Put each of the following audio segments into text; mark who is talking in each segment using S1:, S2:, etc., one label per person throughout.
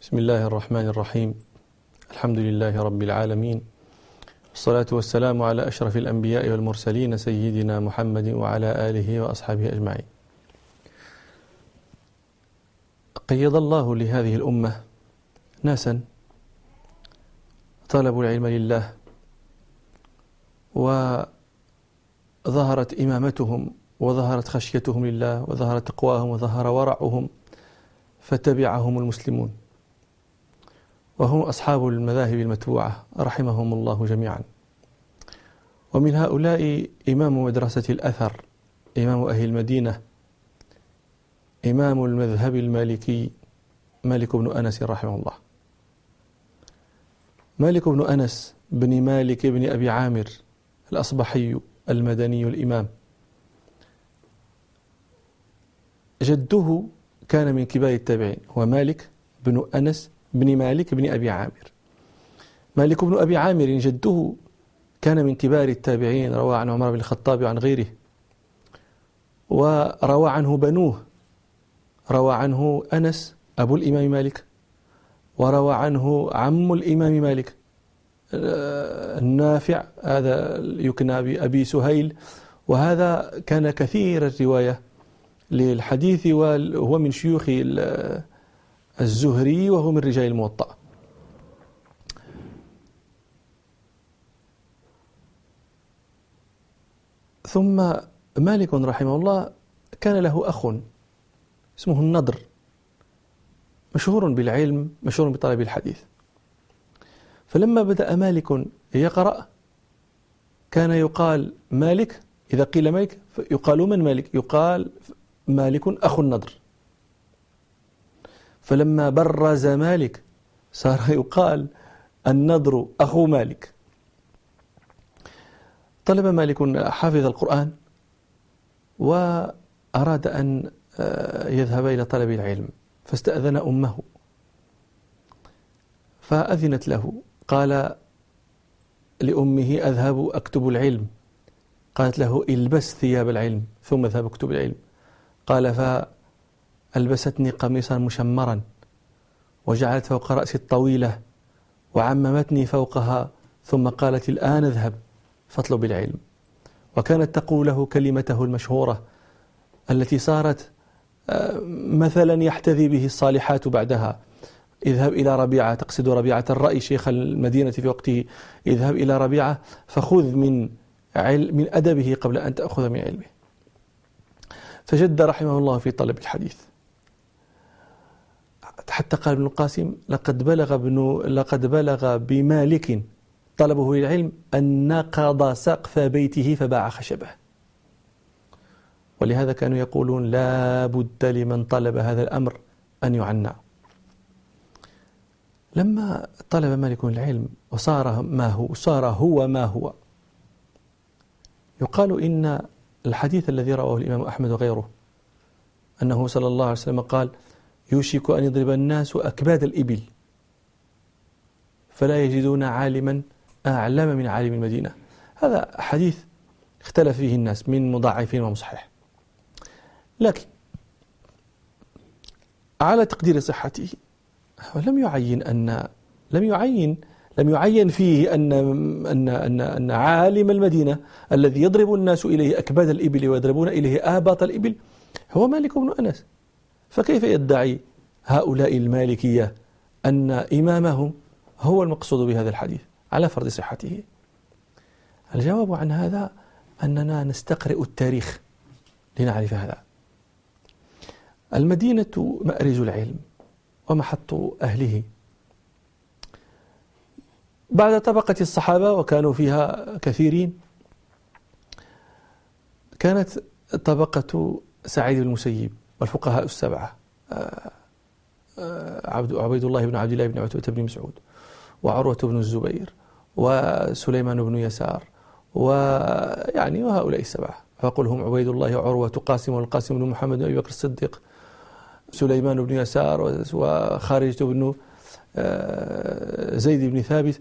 S1: بسم الله الرحمن الرحيم. الحمد لله رب العالمين، والصلاة والسلام على أشرف الأنبياء والمرسلين سيدنا محمد وعلى آله وأصحابه أجمعين. قيض الله لهذه الأمة ناسا طلبوا العلم لله، وظهرت إمامتهم وظهرت خشيتهم لله وظهرت تقواهم وظهر ورعهم، فتبعهم المسلمون، وهم أصحاب المذاهب المتبوعة رحمهم الله جميعا. ومن هؤلاء إمام مدرسة الأثر، إمام أهل المدينة، إمام المذهب المالكي، مالك بن أنس رحمه الله. مالك بن أنس بن مالك بن أبي عامر الأصبحي المدني الإمام، جده كان من كبار التابعين، هو مالك بن أنس بن مالك بن أبي عامر. مالك بن أبي عامر جده كان من كبار التابعين، روى عن عمر بن الخطاب وعن غيره، وروى عنه بنوه، روى عنه أنس أبو الإمام مالك، وروى عنه عم الإمام مالك النافع، هذا يكنى بأبي سهيل، وهذا كان كثير الرواية للحديث، وهو من شيوخ الزهري، وهو من رجال الموطأ. ثم مالك رحمه الله كان له أخ اسمه النضر، مشهور بالعلم، مشهور بطلب الحديث. فلما بدأ مالك يقرأ كان يقال مالك، إذا قيل مالك يقال من مالك؟ يقال مالك أخو النضر. فلما برز مالك صار يقال النضر أخو مالك. طلب مالك حافظ القرآن، وأراد أن يذهب إلى طلب العلم، فاستأذن أمه فأذنت له. قال لأمه أذهب أكتب العلم، قالت له البس ثياب العلم ثم اذهب اكتب العلم. قال فألبستني قميصا مشمرا، وجعلت فوق رأسي الطويلة، وعممتني فوقها، ثم قالت الآن اذهب فاطلب العلم. وكانت تقول له كلمته المشهورة التي صارت مثلا يحتذي به الصالحات بعدها: اذهب إلى ربيعة، تقصد ربيعة الرأي شيخ المدينة في وقته، اذهب إلى ربيعة فخذ من أدبه قبل أن تأخذ من علمه. فجد رحمه الله في طلب الحديث، حتى قال ابن القاسم: لقد بلغ بمالك طلبه للعلم أن نقض سقف بيته فباع خشبه. ولهذا كانوا يقولون لا بد لمن طلب هذا الأمر أن يعنى. لما طلب مالك العلم وصار هو ما هو، يقال إن الحديث الذي رواه الإمام أحمد وغيره أنه صلى الله عليه وسلم قال: يوشك أن يضرب الناس أكباد الإبل فلا يجدون عالما أعلم من عالم المدينة. هذا حديث اختلف فيه الناس من مضاعفين ومصحح، لكن على تقدير صحته لم يعين فيه أن عالم المدينة الذي يضرب الناس إليه أكباد الإبل ويضربون إليه آباط الإبل هو مالك بن أنس. فكيف يدعي هؤلاء المالكية أن إمامهم هو المقصود بهذا الحديث على فرض صحته؟ الجواب عن هذا أننا نستقرئ التاريخ لنعرف هذا. المدينة مأرز العلم ومحط أهله. بعد طبقة الصحابة وكانوا فيها كثيرين، كانت طبقة سعيد بن المسيب والفقهاء السبعة، عبيد الله بن عبد الله بن عتبة بن مسعود، وعروة بن الزبير، وسليمان بن يسار، وهؤلاء السبعة. فقل هم عبيد الله وعروة قاسم والقاسم بن محمد بن أبي بكر الصديق، سليمان بن يسار، وخارجة بن زيد بن ثابت.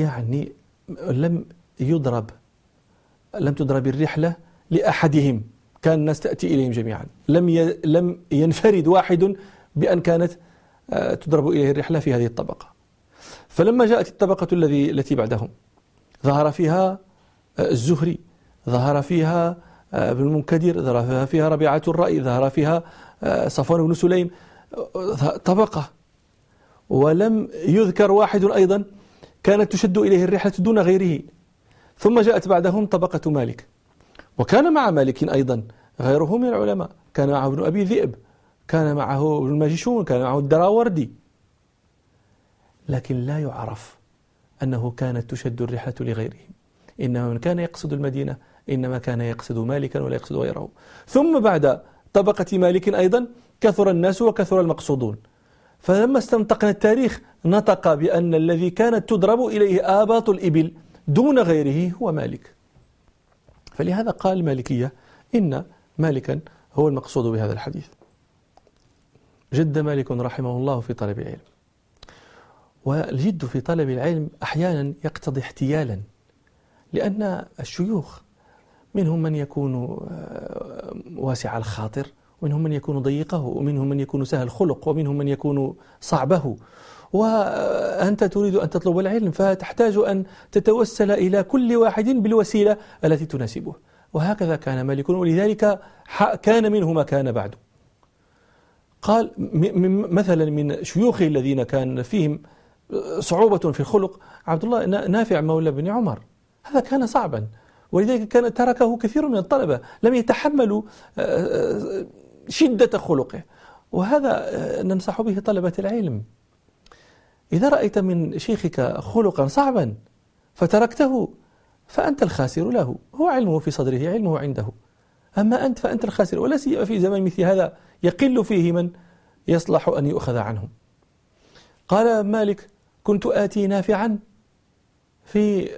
S1: لم تضرب الرحلة لأحدهم كان الناس تأتي إليهم جميعا، لم ينفرد واحد بأن كانت تضرب إليه الرحلة في هذه الطبقة. فلما جاءت الطبقة التي بعدهم ظهر فيها الزهري، ظهر فيها ابن المنكدر، ظهر فيها ربيعة الرأي، ظهر فيها صفوان بن سليم، طبقة. ولم يذكر واحد أيضا كانت تشد إليه الرحلة دون غيره. ثم جاءت بعدهم طبقة مالك، وكان مع مالك أيضا غيره من العلماء، كان معه ابن أبي ذئب، كان معه ابن الماجشون، كان معه الدراوردي، لكن لا يعرف أنه كانت تشد الرحلة لغيرهم. إنما من كان يقصد المدينة إنما كان يقصد مالكا ولا يقصد غيره. ثم بعد طبقة مالك أيضا كثر الناس وكثر المقصودون، فلما استنطقنا التاريخ نطق بأن الذي كانت تضرب إليه آباط الإبل دون غيره هو مالك. فلهذا قال المالكية إن مالكا هو المقصود بهذا الحديث. جد مالك رحمه الله في طلب العلم، والجد في طلب العلم أحيانا يقتضي احتيالا، لأن الشيوخ منهم من يكون واسع الخاطر، ومنهم من يكون ضيقه، ومنهم من يكون سهل الخلق، ومنهم من يكون صعبه. وأنت تريد أن تطلب العلم فتحتاج أن تتوسل إلى كل واحد بالوسيلة التي تناسبه. وهكذا كان مالك، ولذلك كان منه ما كان بعد. قال مثلا من شيوخه الذين كان فيهم صعوبة في الخلق عبد الله نافع مولى بن عمر، هذا كان صعبا، ولذلك كان تركه كثير من الطلبة، لم يتحملوا شدة خلقه. وهذا ننصح به طلبة العلم. إذا رأيت من شيخك خلقا صعبا فتركته فأنت الخاسر له، هو علمه في صدره، علمه عنده، أما أنت فأنت الخاسر، ولا سيما في زمان مثل هذا يقل فيه من يصلح أن يؤخذ عنه. قال مالك: كنت آتي نافعا في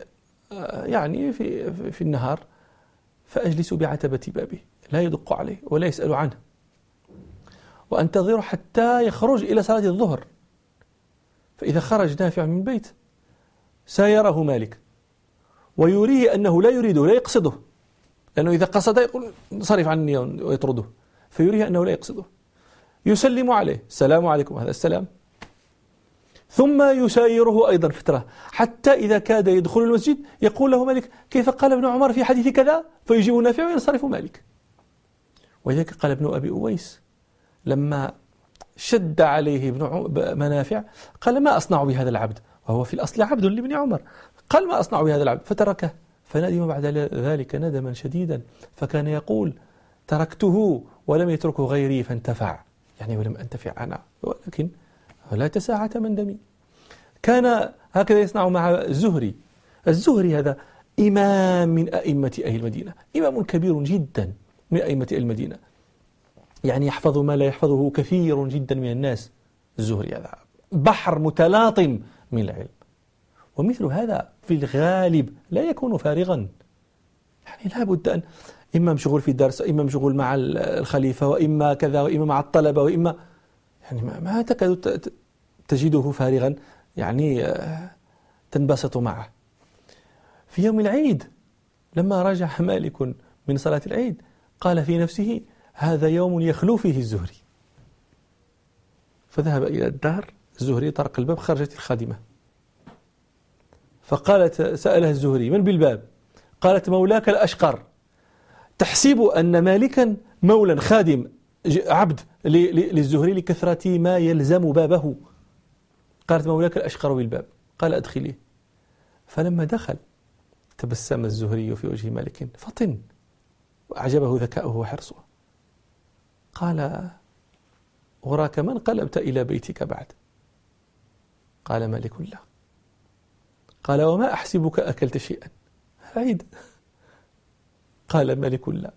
S1: النهار فأجلس بعتبة بابه لا يدق عليه ولا يسأل عنه، وأنتظر حتى يخرج إلى صلاة الظهر، فإذا خرج نافع من بيت سايره مالك ويريه أنه لا يريده لا يقصده، لأنه إذا قصد يقول صرف عني ويطرده، فيريه أنه لا يقصده، يسلم عليه: السلام عليكم، هذا السلام، ثم يسايره أيضا فترة، حتى إذا كاد يدخل المسجد يقول له مالك: كيف قال ابن عمر في حديث كذا؟ فيجيب نافع وينصرف مالك. ولذلك قال ابن أبي أويس لما شد عليه ابن منافع قال: ما أصنع بهذا العبد، وهو في الأصل عبد لابن عمر، قال: ما أصنع بهذا العبد، فتركه، فندم بعد ذلك ندما شديدا، فكان يقول: تركته ولم يتركه غيري فانتفع، يعني ولم أنتفع أنا، ولكن لا تساعة مندمي. كان هكذا يصنع مع الزهري. الزهري هذا إمام من أئمة أهل المدينة، إمام كبير جدا من أئمة أهل المدينة، يعني يحفظ ما لا يحفظه كثير جدا من الناس. الزهري هذا بحر متلاطم من العلم، ومثل هذا في الغالب لا يكون فارغا، يعني لا بد أن إما مشغول في الدرس، إما مشغول مع الخليفة، وإما كذا، وإما مع الطلبة، وإما يعني ما تكاد تجده فارغا، يعني تنبسط معه. في يوم العيد لما رجع مالك من صلاة العيد قال في نفسه: هذا يوم يخلو فيه الزهري. فذهب إلى الدار، الزهري طرق الباب، خرجت الخادمة فقالت، سألها الزهري: من بالباب؟ قالت: مولاك الأشقر. تحسب أن مالكا مولا خادم عبد للزهري لكثرة ما يلزم بابه. قالت: مولاك الأشقر بالباب. قال: أدخليه. فلما دخل تبسم الزهري في وجه مالك فطن، وأعجبه ذكاؤه وحرصه. قال: وراك من قلبت إلى بيتك بعد؟ قال مالك: لا. قال: وما أحسبك أكلت شيئا، عيد. قال مالك: لا.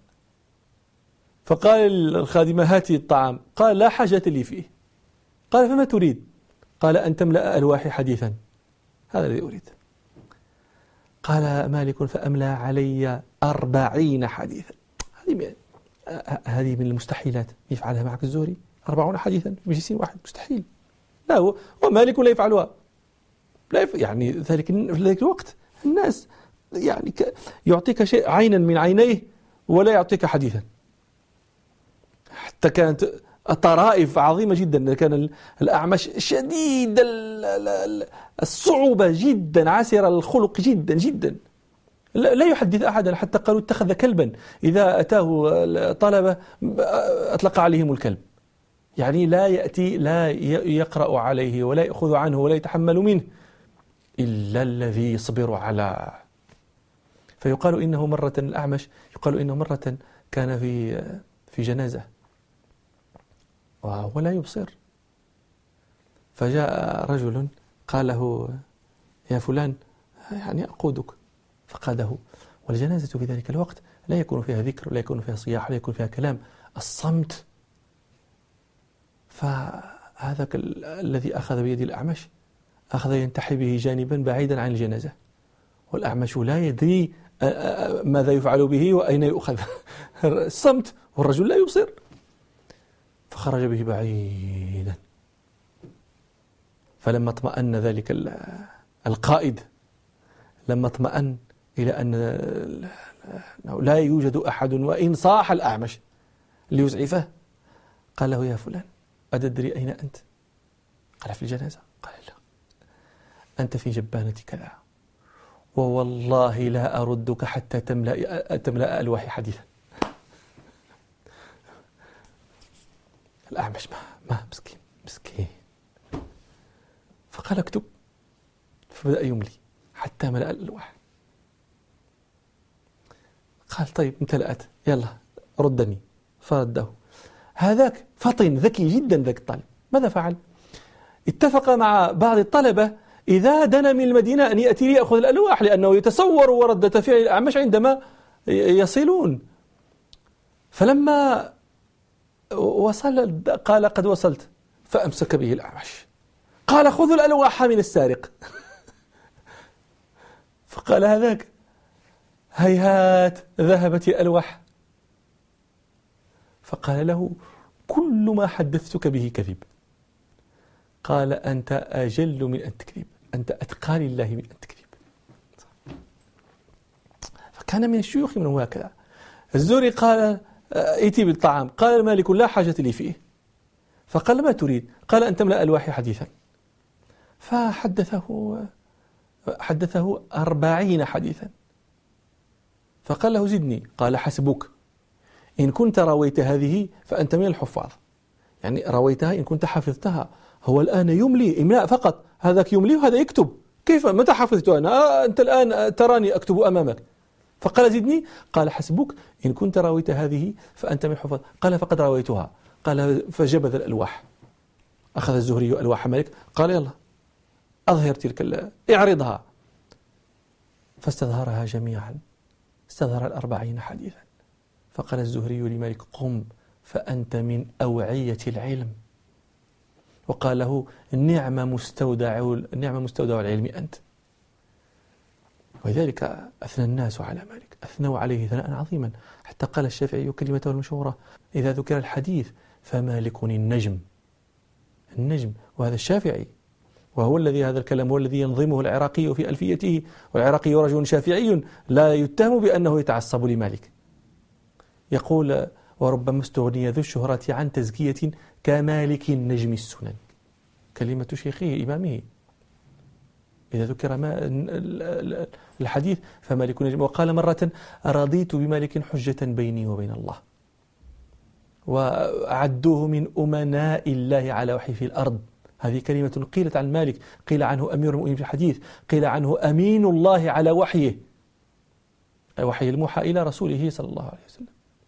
S1: فقال الخادمة: هاتي الطعام. قال: لا حاجة لي فيه. قال: فما تريد؟ قال: أن تملأ ألواحي حديثا، هذا الذي أريد. قال مالك: فأملى علي 40 حديثا. هذه من المستحيلات يفعلها معك الزهري، 40 حديثا في مجلس واحد، مستحيل. لا، ومالك لا يفعلها، يعني ذلك الوقت الناس يعني يعطيك شيء عينا من عينيه ولا يعطيك حديثا، حتى كانت طرائف عظيمة جدا. كان الأعمش شديد الصعوبة جدا، عسر الخلق جدا جدا، لا يحدث أحدا، حتى قالوا اتخذ كلبا إذا أتاه طلبة أطلق عليهم الكلب. يعني لا يأتي، لا يقرأ عليه ولا يأخذ عنه ولا يتحمل منه إلا الذي يصبر على. فيقال إنه مرة الأعمش، يقال إنه مرة كان في جنازة وهو لا يبصر، فجاء رجل قال له يا فلان يعني أقودك، فقاده. والجنازة في ذلك الوقت لا يكون فيها ذكر ولا يكون فيها صياح ولا يكون فيها كلام، الصمت. فهذا الذي أخذ بيد الأعمش أخذ ينتحي به جانبا بعيدا عن الجنازة، والأعمش لا يدري ماذا يفعل به وأين يؤخذ. الصمت والرجل لا يبصر. فخرج به بعيدا. فلما اطمأن ذلك القائد، لما اطمأن إلى أن لا يوجد أحد وإن صاح الأعمش ليسعفه، قال له يا فلان أتدري أين أنت؟ قال في الجنازة. قال لا، أنت في جبانة كذا، ووالله لا أردك حتى تملأ ألواحي حديثا. الأعمش ما مسكين. فقال اكتب، فبدأ يملي حتى ملأ الألواح. قال طيب امتلأت، يلا ردني. فرده. هذاك فطن ذكي جدا ذاك الطالب. ماذا فعل؟ اتفق مع بعض الطلبة إذا دنا من المدينة أن يأتي ليأخذ الألواح، لأنه يتصور وردة فعل الأعمش عندما يصلون. فلما وصل قال قد وصلت، فأمسك به الأعمش. قال خذوا الألواح من السارق. فقال هذاك هيهات ذهبت الألواح. فقال له كل ما حدثتك به كذب. قال أنت أجل من أن تكذب، أنت أتقى لله من أن تكذب. فكان من الشيوخ من هو هكذا. الزهري قال ائتي بالطعام. قال مالك لا حاجة لي فيه. فقال ما تريد؟ قال أن تملأ ألواحي حديثا. فحدثه 40 حديثا. فقال له زدني. قال حسبك، إن كنت رويت هذه فأنت من الحفاظ، يعني رويتها إن كنت حفظتها. هو الآن يملي إملاء فقط، هذاك يملي وهذا يكتب. كيف متى حفظت أنا؟ أنت الآن تراني أكتب أمامك. فقال زدني. قال حسبك، إن كنت رويت هذه فأنت من الحفاظ. قال فقد رويتها. قال فجبذ الألواح. أخذ الزهري ألواح مالك. قال يلا أظهر تلك اعرضها. فاستظهرها جميعا، استظهر 40 حديثا. فقال الزهري لمالك قم فأنت من أوعية العلم. وقال له نعم مستودع العلم أنت. ولذلك أثنى الناس على مالك، أثنوا عليه ثناء عظيما، حتى قال الشافعي كلمته المشهورة إذا ذكر الحديث فمالك النجم. وهذا الشافعي، وهو الذي هذا الكلام هو الذي ينظمه العراقي في ألفيته. والعراقي رجل شافعي لا يتهم بأنه يتعصب لمالك. يقول وربما استغني ذو الشهرة عن تزكية كمالك النجم السنن. كلمة شيخه إمامه إذا ذكر الحديث فمالك النجم. وقال مرة رضيت بمالك حجة بيني وبين الله، وأعدوه من أمناء الله على وحي في الأرض. هذه كلمة قيلت عن مالك، قيل عنه أمير المؤمنين في الحديث، قيل عنه أمين الله على وحيه، وحي الموحى إلى رسوله صلى الله عليه وسلم.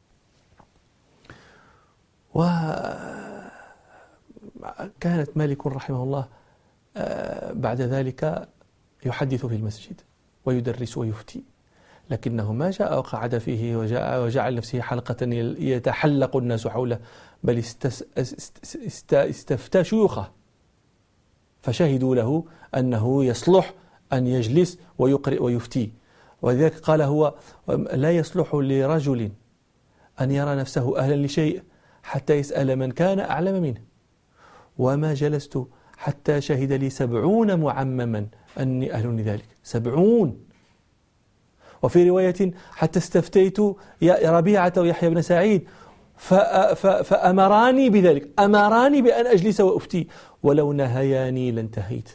S1: وكانت مالك رحمه الله بعد ذلك يحدث في المسجد ويدرس ويفتي، لكنه ما جاء وقعد فيه وجعل نفسه حلقة يتحلق الناس حوله، بل استفتى شيوخه فشهدوا له أنه يصلح أن يجلس ويقرئ ويفتي. ولذلك قال هو لا يصلح لرجل أن يرى نفسه أهلا لشيء حتى يسأل من كان أعلم منه. وما جلست حتى شهد لي 70 معمما أني أهل لذلك، 70. وفي رواية حتى استفتيت يا ربيعة ويحيى بن سعيد فأمراني بذلك، أمراني بأن أجلس وأفتي، ولو نهياني لانتهيت.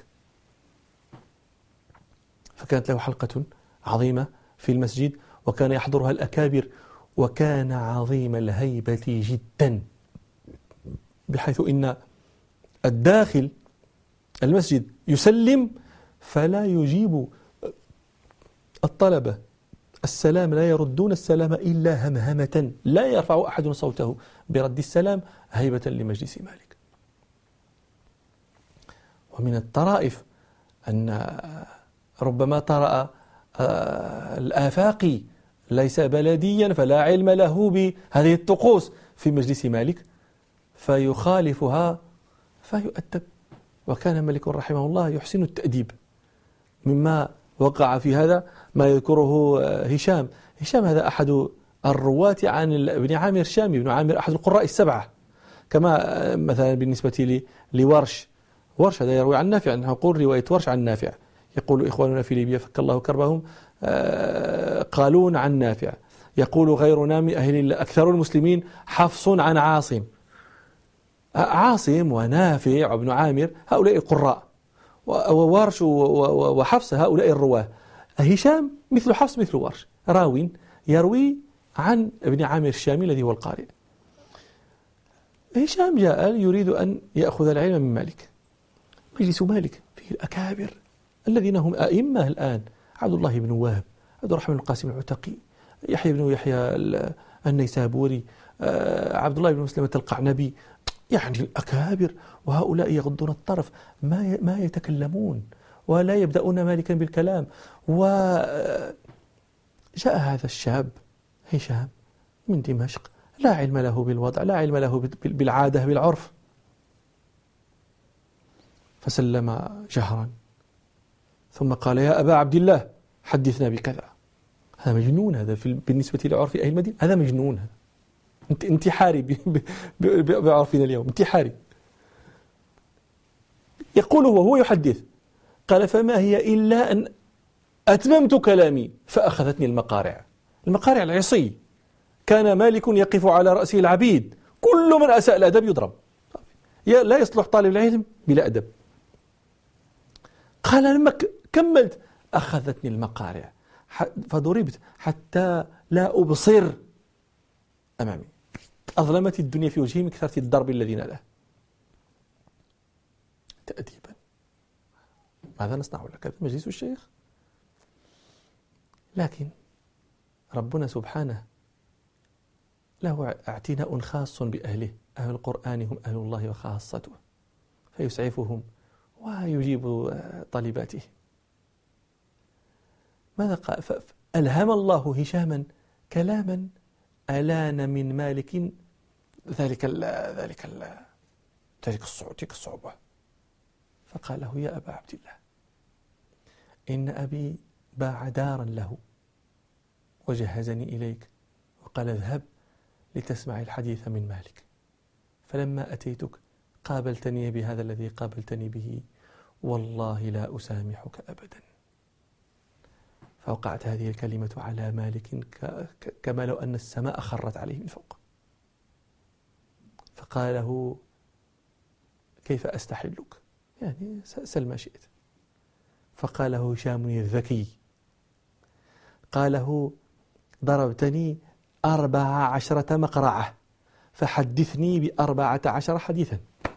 S1: فكانت له حلقة عظيمة في المسجد، وكان يحضرها الأكابر، وكان عظيم الهيبة جدا، بحيث إن الداخل المسجد يسلم فلا يجيب الطلبة السلام، لا يردون السلام إلا همهمة، لا يرفع أحد صوته برد السلام هيبة لمجلس مالك. ومن الطرائف أن ربما طرأ الآفاقي ليس بلديا فلا علم له بهذه الطقوس في مجلس مالك فيخالفها فيؤدب. وكان مالك رحمه الله يحسن التأديب. مما وقع في هذا ما يذكره هشام هذا أحد الرواة عن ابن عامر الشامي. ابن عامر أحد القراء السبعة، كما مثلا بالنسبة لورش هذا يروي عن نافع، أنه يقول رواية ورش عن نافع، يقول إخواننا في ليبيا فك الله كربهم قالون عن نافع، يقول غيرنا من أهل أكثر المسلمين حفص عن عاصم. عاصم ونافع وابن عامر هؤلاء القراء، وورش وحفص هؤلاء الرواه. هشام مثل حفص مثل ورش، راو يروي عن ابن عامر الشامي الذي هو القارئ. هشام جاء يريد أن يأخذ العلم من مالك. مجلس مالك فيه الأكابر الذين هم أئمة الآن: عبد الله بن وهب، عبد الرحمن القاسم العتقي، يحيى بن يحيى النيسابوري، عبد الله بن مسلمة القعنبي، يعني الأكابر. وهؤلاء يغضون الطرف، ما يتكلمون ولا يبدأون مالكا بالكلام. وجاء هذا الشاب هشام من دمشق، لا علم له بالوضع، لا علم له بالعادة بالعرف، فسلم جهرا ثم قال: يا أبا عبد الله حدثنا بكذا. هذا مجنون، هذا بالنسبة لعرف أهل المدينة هذا مجنون، هذا انتحاري بعرفنا اليوم، انتحاري. يقول وهو يحدث: قال: فما هي إلا أن أتممت كلامي فأخذتني المقارع العصي. كان مالك يقف على رأسه العبيد، كل من أساء الأدب يضرب، لا يصلح طالب العلم بلا أدب. قال: لما كملت أخذتني المقارع فضربت حتى لا أبصر أمامي، أظلمت الدنيا في وجهي من كثرة الضرب الذين له. تأديبا. ماذا نصنع لك؟ هذا مجلس الشيخ. لكن ربنا سبحانه له اعتناء خاص بأهله، أهل القرآن هم أهل الله وخاصته، فيسعفهم ويجيب طالباته. ماذا قال؟ ألهم الله هشاما كلاما ألان من مالك تلك الصعوبة. فقال له: يا أبا عبد الله، إن أبي باع دارا له وجهزني إليك وقال: اذهب لتسمع الحديث من مالك، فلما أتيتك قابلتني بهذا الذي قابلتني به، والله لا أسامحك أبدا. فوقعت هذه الكلمة على مالك كما لو أن السماء خرت عليه من فوق. فقال له: كيف أستحلك؟ يعني سل ما شئت. فقال له هشام الذكي، قال له: ضربتني 14 مقرعة فحدثني ب14 حديثا.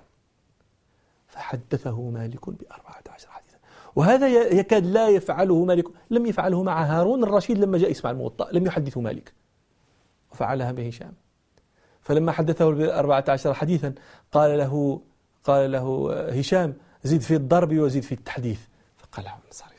S1: فحدثه مالك ب14 حديثا، وهذا يكاد لا يفعله مالك. لم يفعله مع هارون الرشيد لما جاء يسمع الموطأ، لم يحدثه مالك، وفعلها بهشام. فلما حدثه ب14 حديثا قال له هشام: زد في الضرب وزد في التحديث. فقال له: انصرف.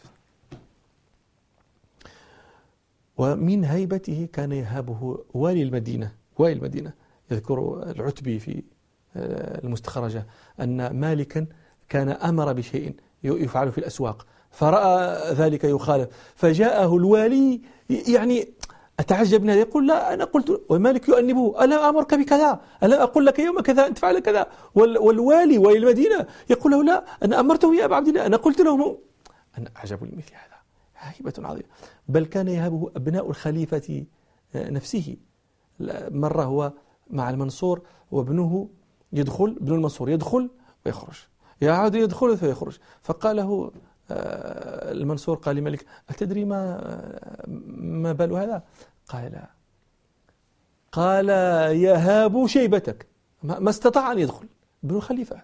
S1: ومن هيبته كان يهابه والي المدينة. يذكر العتبي في المستخرجة أن مالكا كان أمر بشيء يفعل في الأسواق، فرأى ذلك يخالف، فجاءه الوالي يعني أتعجب من هذا، يقول: لا أنا قلت، ومالك يؤنبه: ألا أمرك بكذا؟ ألا أقول لك يوم كذا أن تفعل كذا؟ والوالي والي المدينة يقول له: لا أنا أمرته يا أبا عبد الله، أنا قلت له. أنا أعجب لمثل هذا، هيبة عظيمة. بل كان يهابه أبناء الخليفة نفسه. مرة هو مع المنصور وابنه يدخل، ابن المنصور يدخل ويخرج، يعود يدخل فيخرج. فقال له المنصور قال لمالك: أتدري ما بال هذا؟ قال لا. قال: يهاب شيبتك، ما استطاع أن يدخل ابن الخليفة.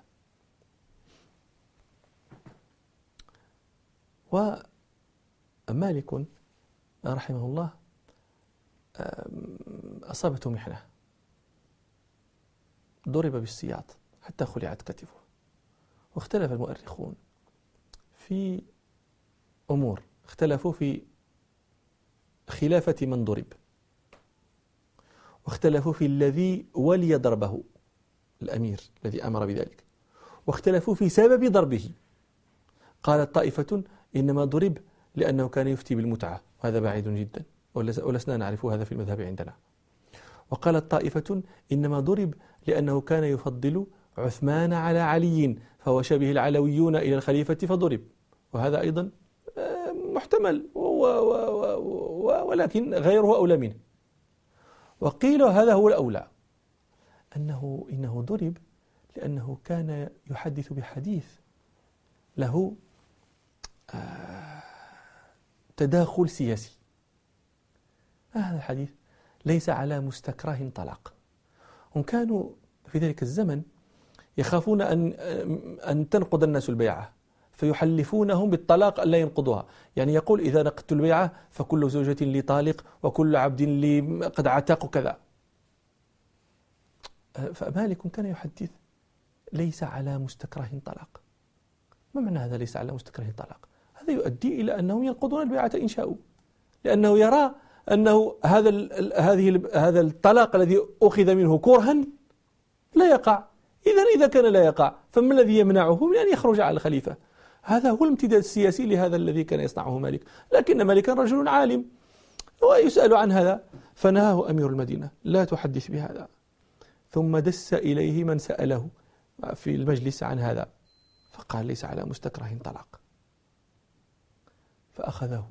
S1: ومالك رحمه الله أصابته محنة، ضرب بالسياط حتى خلعت كتفه. واختلف المؤرخون في أمور، اختلفوا في خلافة من ضرب، واختلفوا في الذي ولي ضربه الأمير الذي أمر بذلك، واختلفوا في سبب ضربه. قالت طائفة: إنما ضرب لأنه كان يفتي بالمتعة، وهذا بعيد جدا ولسنا نعرف هذا في المذهب عندنا. وقالت طائفة: إنما ضرب لأنه كان يفضل عثمان على علي، فهو شبه العلويون إلى الخليفة فضرب، وهذا أيضا محتمل ولكن غيره أولى منه. وقيل هذا هو الأولى، إنه ضرب لأنه كان يحدث بحديث له تداخل سياسي. هذا الحديث ليس على مستكره طلاق. هم كانوا في ذلك الزمن يخافون أن تنقض الناس البيعة، فيحلفونهم بالطلاق ألا ينقضوها. يعني يقول: إذا نقضت البيعة فكل زوجة لي طالق وكل عبد لي قد عتق كذا. فمالك كان يحدث ليس على مستكره طلاق. ما معنى هذا ليس على مستكره طلاق؟ هذا يؤدي إلى أنهم ينقضون البيعة إن شاءوا، لأنه يرى أنه هذا الطلاق الذي أخذ منه كرها لا يقع. إذا كان لا يقع فما الذي يمنعه من أن يخرج على الخليفة؟ هذا هو الامتداد السياسي لهذا الذي كان يصنعه مالك. لكن مالكا رجل عالم ويسأل عن هذا، فنهاه أمير المدينة: لا تحدث بهذا. ثم دس إليه من سأله في المجلس عن هذا، فقال: ليس على مستكره طلاق. فأخذه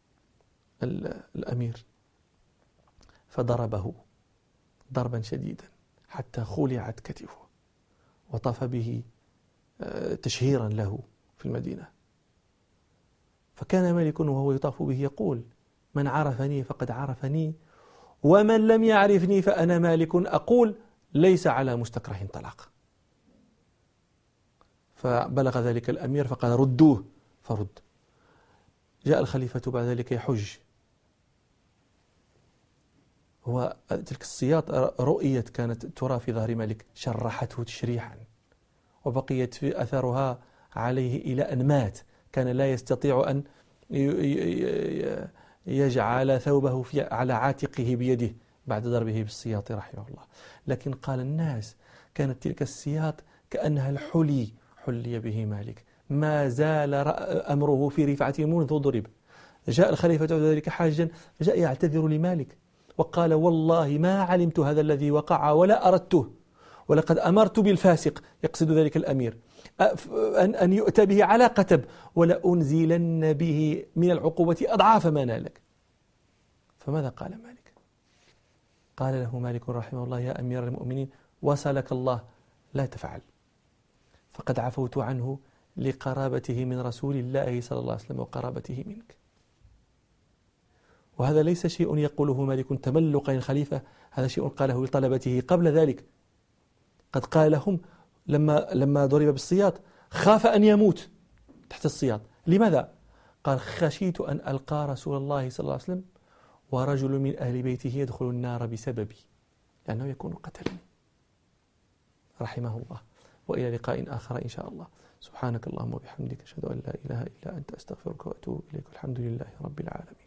S1: الأمير فضربه ضربا شديدا حتى خلعت كتفه، وطاف به تشهيرا له في المدينة. فكان مالك وهو يطاف به يقول: من عرفني فقد عرفني، ومن لم يعرفني فأنا مالك أقول ليس على مستكره طلاق. فبلغ ذلك الأمير فقال: ردوه، فرد. جاء الخليفة بعد ذلك يحج، وتلك السياط رؤيت كانت ترى في ظهر مالك، شرحته تشريحا، وبقيت في أثرها عليه إلى أن مات. كان لا يستطيع أن يجعل ثوبه على عاتقه بيده بعد ضربه بالسياط رحمه الله. لكن قال الناس: كانت تلك السياط كأنها الحلي حلي به مالك، ما زال أمره في رفعته منذ ضرب. جاء الخليفة بعد ذلك حاجا، جاء يعتذر لمالك وقال: والله ما علمت هذا الذي وقع ولا أردته، ولقد أمرت بالفاسق، يقصد ذلك الأمير، أن يؤتى به على قتب، ولأنزلن به من العقوبة أضعاف ما نالك. فماذا قال مالك؟ قال له مالك رحمه الله: يا أمير المؤمنين، وصلك الله، لا تفعل، فقد عفوت عنه لقرابته من رسول الله صلى الله عليه وسلم وقرابته منك. وهذا ليس شيء يقوله مالك تملقا الخليفة، هذا شيء قاله لطلبته قبل ذلك. قد قال لهم لما ضرب بالسياط خاف أن يموت تحت السياط. لماذا؟ قال: خشيت أن ألقى رسول الله صلى الله عليه وسلم ورجل من أهل بيته يدخل النار بسببي، لأنه يكون قتلني. رحمه الله. وإلى لقاء آخر إن شاء الله. سبحانك اللهم وبحمدك، أشهد أن لا إله إلا أنت، أستغفرك وأتوب إليك. الحمد لله رب العالمين.